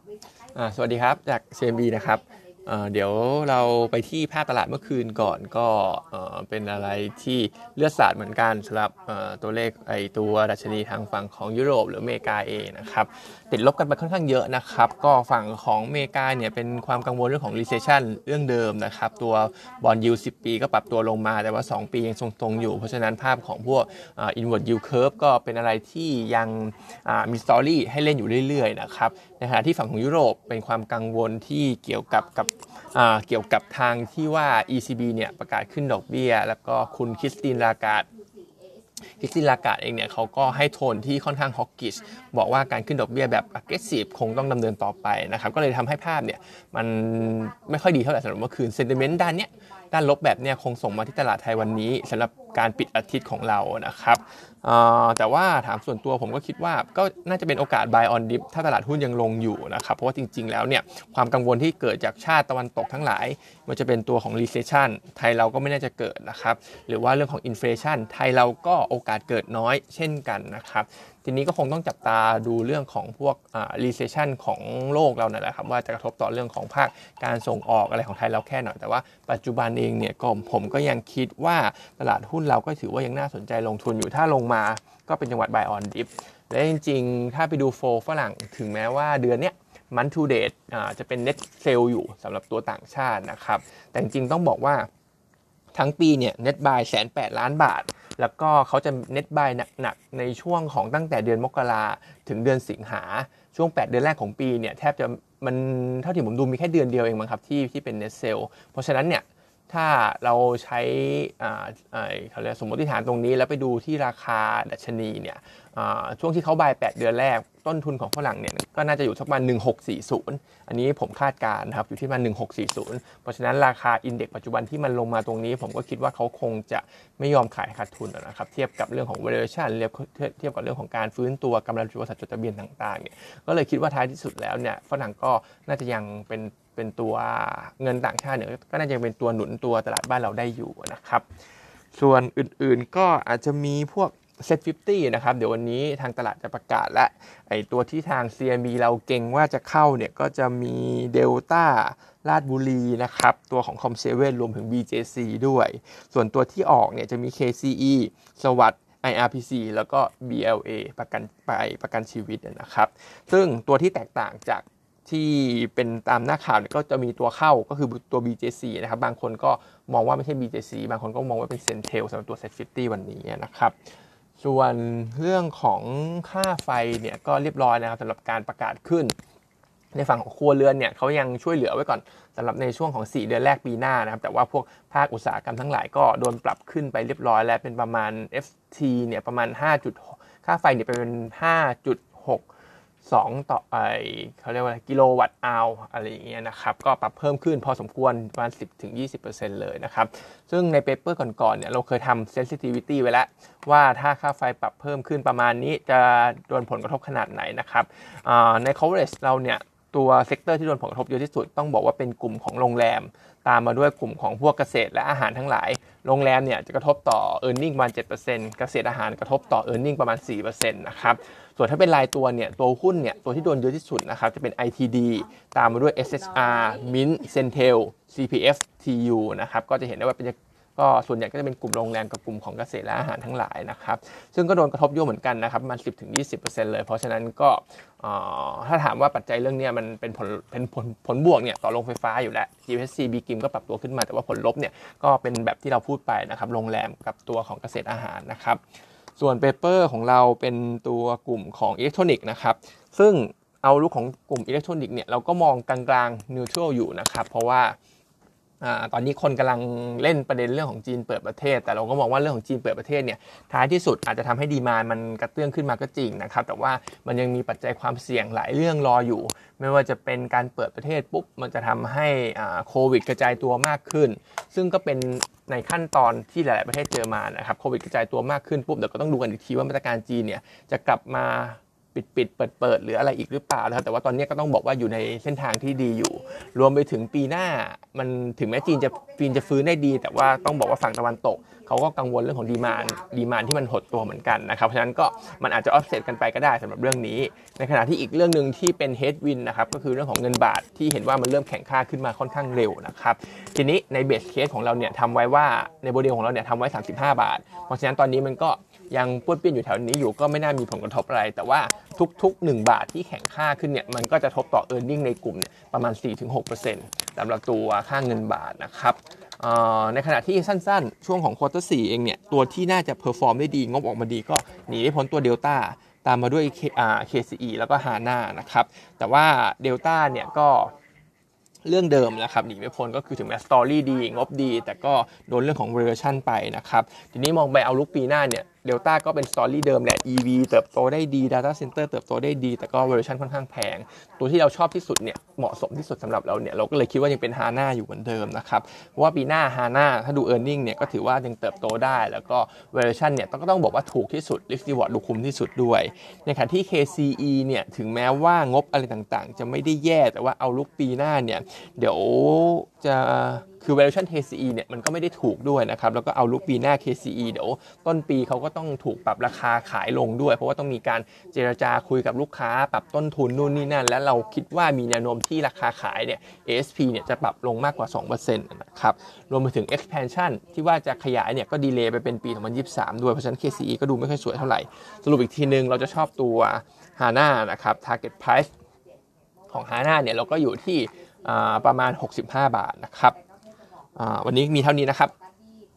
สวัสดีครับจาก CMB นะครับเดี๋ยวเราไปที่ภาพตลาดเมื่อคืนก่อนก็เป็นอะไรที่เลือดสาดเหมือนกันสำหรับตัวเลขตัวดัชนีทางฝั่งของยุโรปหรืออเมริกาเองนะครับติดลบกันไปค่อนข้างเยอะนะครับก็ฝั่งของอเมริกาเนี่ยเป็นความกังวลเรื่องของ recession เรื่องเดิมนะครับตัวบอนด์ยิลด์10 ปีก็ปรับตัวลงมาแต่ว่า2 ปียังทรงๆอยู่เพราะฉะนั้นภาพของพวกinward yield curve ก็เป็นอะไรที่ยังมีสตอรี่ให้เล่นอยู่เรื่อยๆนะครับในขณะที่ฝั่งของยุโรปเป็นความกังวลที่เกี่ยวกับทางที่ว่า ECB เนี่ยประกาศขึ้นดอกเบี้ยแล้วก็คุณคริสตินลาการ์ดเองเนี่ยเขาก็ให้โทนที่ค่อนข้างฮอกกิชบอกว่าการขึ้นดอกเบี้ยแบบ aggressive คงต้องดำเนินต่อไปนะครับก็เลยทำให้ภาพเนี่ยมันไม่ค่อยดีเท่าไหร่สำหรับเมื่อคืน sentiment ด้านลบแบบเนี่ยคงส่งมาที่ตลาดไทยวันนี้สำหรับการปิดอาทิตย์ของเรานะครับแต่ว่าถามส่วนตัวผมก็คิดว่าก็น่าจะเป็นโอกาส buy on dip ถ้าตลาดหุ้นยังลงอยู่นะครับเพราะว่าจริงๆแล้วเนี่ยความกังวลที่เกิดจากชาติตะวันตกทั้งหลายมันจะเป็นตัวของ recession ไทยเราก็ไม่น่าจะเกิดนะครับหรือว่าเรื่องของ inflation ไทยเราก็โอกาสเกิดน้อยเช่นกันนะครับทีนี้ก็คงต้องจับตาดูเรื่องของพวกrecession ของโลกเรานั่นแหละครับว่าจะกระทบต่อเรื่องของภาคการส่งออกอะไรของไทยเราแค่ไหนแต่ว่าปัจจุบันเองเนี่ยผมก็ยังคิดว่าตลาดหุ้นเราก็ถือว่ายังน่าสนใจลงทุนอยู่ถ้าลงมาก็เป็นจังหวัด buy on dip และจริงๆถ้าไปดูโฟลฝรั่งถึงแม้ว่าเดือนเนี้ยmonth to date จะเป็น net sale อยู่สำหรับตัวต่างชาตินะครับแต่จริงๆต้องบอกว่าทั้งปีเนี่ย net buy 108 ล้านบาทแล้วก็เขาจะ net buy หนักๆในช่วงของตั้งแต่เดือนมกราถึงเดือนสิงหาช่วง8 เดือนแรกของปีเนี่ยแทบจะมันเท่าที่ผมดูมีแค่เดือนเดียวเองมั้งครับที่เป็น net sale เพราะฉะนั้นเนี่ยถ้าเราใช้เขาเรียกสมมติฐานตรงนี้แล้วไปดูที่ราคาดัชนีเนี่ยช่วงที่เขาบาย8 เดือนแรกต้นทุนของฝรั่งเนี่ยก็น่าจะอยู่สักประมาณ1640อันนี้ผมคาดการณ์ครับอยู่ที่ประมาณ1640เพราะฉะนั้นราคาอินเด็กซ์ปัจจุบันที่มันลงมาตรงนี้ผมก็คิดว่าเขาคงจะไม่ยอมขายขาดทุนนะครับเทียบกับเรื่องของ valuation เทียบกับเรื่องของการฟื้นตัวกำไรบริษัทจดทะเบียนต่างๆเนี่ยก็เลยคิดว่าท้ายที่สุดแล้วเนี่ยฝรั่งก็น่าจะยังเป็นตัวเงินต่างชาติเนี่ยก็น่าจะเป็นตัวหนุนตัวตลาดบ้านเราได้อยู่นะครับส่วนอื่นๆก็อาจจะมีพวกSet 50นะครับเดี๋ยววันนี้ทางตลาดจะประกาศและไอตัวที่ทาง CMB เราเก่งว่าจะเข้าเนี่ยก็จะมี Delta ลาดบุรีนะครับตัวของ Com7 รวมถึง BJC ด้วยส่วนตัวที่ออกเนี่ยจะมี KCE สวัสดิ์ IRPC แล้วก็ BLA ประกันชีวิตนะครับซึ่งตัวที่แตกต่างจากที่เป็นตามหน้าข่าวเนี่ยก็จะมีตัวเข้าก็คือตัว BJC นะครับบางคนก็มองว่าไม่ใช่ BJC บางคนก็มองว่าเป็น Centel สำหรับตัว Set 50วันนี้นะครับส่วนเรื่องของค่าไฟเนี่ยก็เรียบร้อยนะครับสำหรับการประกาศขึ้นในฝั่งของครัวเรือนเนี่ยเขายังช่วยเหลือไว้ก่อนสำหรับในช่วงของ4 เดือนแรกปีหน้านะครับแต่ว่าพวกภาคอุตสาหกรรมทั้งหลายก็โดนปรับขึ้นไปเรียบร้อยแล้วเป็นประมาณ FT เนี่ยประมาณ5.6ค่าไฟเนี่ยเป็น5.6 2ต่อเขาเรียกว่ากิโลวัตต์อาวอะไรอย่างเงี้ยนะครับก็ปรับเพิ่มขึ้นพอสมควรประมาณ 10-20% เลยนะครับซึ่งในเปเปอร์ก่อนๆเนี่ยเราเคยทำ sensitivity ไว้แล้วว่าถ้าค่าไฟปรับเพิ่มขึ้นประมาณนี้จะโดนผลกระทบขนาดไหนนะครับใน coverage เราเนี่ยตัวเซกเตอร์ที่โดนผลกระทบเยอะที่สุดต้องบอกว่าเป็นกลุ่มของโรงแรมตามมาด้วยกลุ่มของพวกเกษตรและอาหารทั้งหลายโรงแรมเนี่ยจะกระทบต่อ earning ประมาณ 7% เกษตรอาหารกระทบต่อ earning ประมาณ 4% นะครับส่วนถ้าเป็นรายตัวเนี่ยตัวหุ้นเนี่ยตัวที่โดนเยอะที่สุดนะครับจะเป็น ITD ตามมาด้วย SHR Mint Centel CPF TU นะครับก็จะเห็นได้ว่าเป็นก็ส่วนใหญ่ก็จะเป็นกลุ่มโรงแรมกับกลุ่มของเกษตรและอาหารทั้งหลายนะครับซึ่งก็โดนกระทบเยอะเหมือนกันนะครับประมาณ 10-20% เลยเพราะฉะนั้นก็ถ้าถามว่าปัจจัยเรื่องนี้มันเป็นผลบวกเนี่ยต่อโรงไฟฟ้าอยู่แล้ว GPSC BGIM ก็ปรับตัวขึ้นมาแต่ว่าผลลบเนี่ยก็เป็นแบบที่เราพูดไปนะครับโรงแรมกับตัวของเกษตรอาหารนะครับส่วนเปเปอร์ของเราเป็นตัวกลุ่มของอิเล็กทรอนิกส์นะครับซึ่งเอาลุกของกลุ่มอิเล็กทรอนิกส์เนี่ยเราก็มองกลางๆนิวทรัลอยู่นะครับเพราะว่าตอนนี้คนกำลังเล่นประเด็นเรื่องของจีนเปิดประเทศแต่เราก็มองว่าเรื่องของจีนเปิดประเทศเนี่ยท้ายที่สุดอาจจะทำให้ดีมานด์มันกระเตื้องขึ้นมาก็จริงนะครับแต่ว่ามันยังมีปัจจัยความเสี่ยงหลายเรื่องรออยู่ไม่ว่าจะเป็นการเปิดประเทศปุ๊บมันจะทำให้โควิดกระจายตัวมากขึ้นซึ่งก็เป็นในขั้นตอนที่หลายๆประเทศเจอมานะครับโควิดกระจายตัวมากขึ้นปุ๊บเดี๋ยวก็ต้องดูกันอีกทีว่ามาตรการจีนเนี่ยจะกลับมาปิดเปิดหรืออะไรอีกหรือเปล่านะครับแต่ว่าตอนนี้ก็ต้องบอกว่าอยู่ในเส้นทางที่ดีอยู่รวมไปถึงปีหน้ามันถึงแม้จีนจะฟื้นได้ดีแต่ว่าต้องบอกว่าฝั่งตะวันตกเขาก็กังวลเรื่องของดีมานที่มันหดตัวเหมือนกันนะครับเพราะฉะนั้นก็มันอาจจะออฟเซตกันไปก็ได้สำหรับเรื่องนี้ในขณะที่อีกเรื่องนึงที่เป็นเฮดวินนะครับก็คือเรื่องของเงินบาทที่เห็นว่ามันเริ่มแข็งค่าขึ้นมาค่อนข้างเร็วนะครับทีนี้ในเบสเคสของเราเนี่ยทำไว้ว่าในโมเดลของเราเนี่ยทำไว้35 บาทเพราะฉะนั้นตอนนี้มันก็ยังป้วนเปี้ยนอยู่แถวนี้อยู่ก็ไม่น่ามีผลกระทบอะไรแต่ว่าทุกๆ1 บาทที่แข็งค่าขึ้นเนี่ยมันก็จะทบต่อ earning ในกลุ่มเนี่ยประมาณ 4-6% สำหรับตัวค่าเงินบาทนะครับในขณะที่สั้นๆช่วงของควอเตอร์4เองเนี่ยตัวที่น่าจะเพอร์ฟอร์มได้ดีงบออกมาดีก็หนีไม่พ้นตัวเดลต้าตามมาด้วย KCE แล้วก็ HANA นะครับแต่ว่าเดลต้าเนี่ยก็เรื่องเดิมนะครับหนีไม่พ้นก็คือถึงแม้สตอรี่ดีงบดีแต่ก็โดนเรื่องของ valuation ไปนะครับทีนี้มองไปเอาลุกปีหน้าเนี่ยเดลต้าก็เป็นสตอรี่เดิมแหละ EV เติบโตได้ดี Data Center เติบโตได้ดีแต่ก็ valuation ค่อนข้างแพงตัวที่เราชอบที่สุดเนี่ยเหมาะสมที่สุดสำหรับเราเนี่ยเราก็เลยคิดว่ายังเป็น HANA อยู่เหมือนเดิมนะครับเพราะว่าปีหน้า HANA ถ้าดู earning เนี่ยก็ถือว่ายังเติบโตได้แล้วก็ valuation เนี่ยก็ต้องบอกว่าถูกที่สุด risk reward ดูคุ้มที่สุดด้วยในขณะที่ KCE เนี่ยถึงแม้ว่างบอะไรต่างๆจะไม่ได้แย่แต่ว่าเอาลุกปีหน้าเนี่ยเดี๋ยวจะคือ valuation KCE เนี่ยมันก็ไม่ได้ถูกด้วยนะครับแล้วก็เอาลุกปีหน้า KCE เดี๋ยวต้นปีเขาก็ต้องถูกปรับราคาขายลงด้วยเพราะว่าต้องมีการเจรจาคุยกับลูกค้าปรับต้นทุนนู่นนี่นั่นและเราคิดว่ามีแนวโน้มที่ราคาขายเนี่ย ASP เนี่ยจะปรับลงมากกว่า 2% นะครับรวมไปถึง expansion ที่ว่าจะขยายเนี่ยก็ดีเลย์ไปเป็นปี2023ด้วยเพราะฉะนั้น KCE ก็ดูไม่ค่อยสวยเท่าไหร่สรุปอีกทีนึงเราจะชอบตัว HANA นะครับ target price ของ HANA เนี่ยเราก็อยู่ที่ประมาณ65 บาทนะครับวันนี้มีเท่านี้นะครับ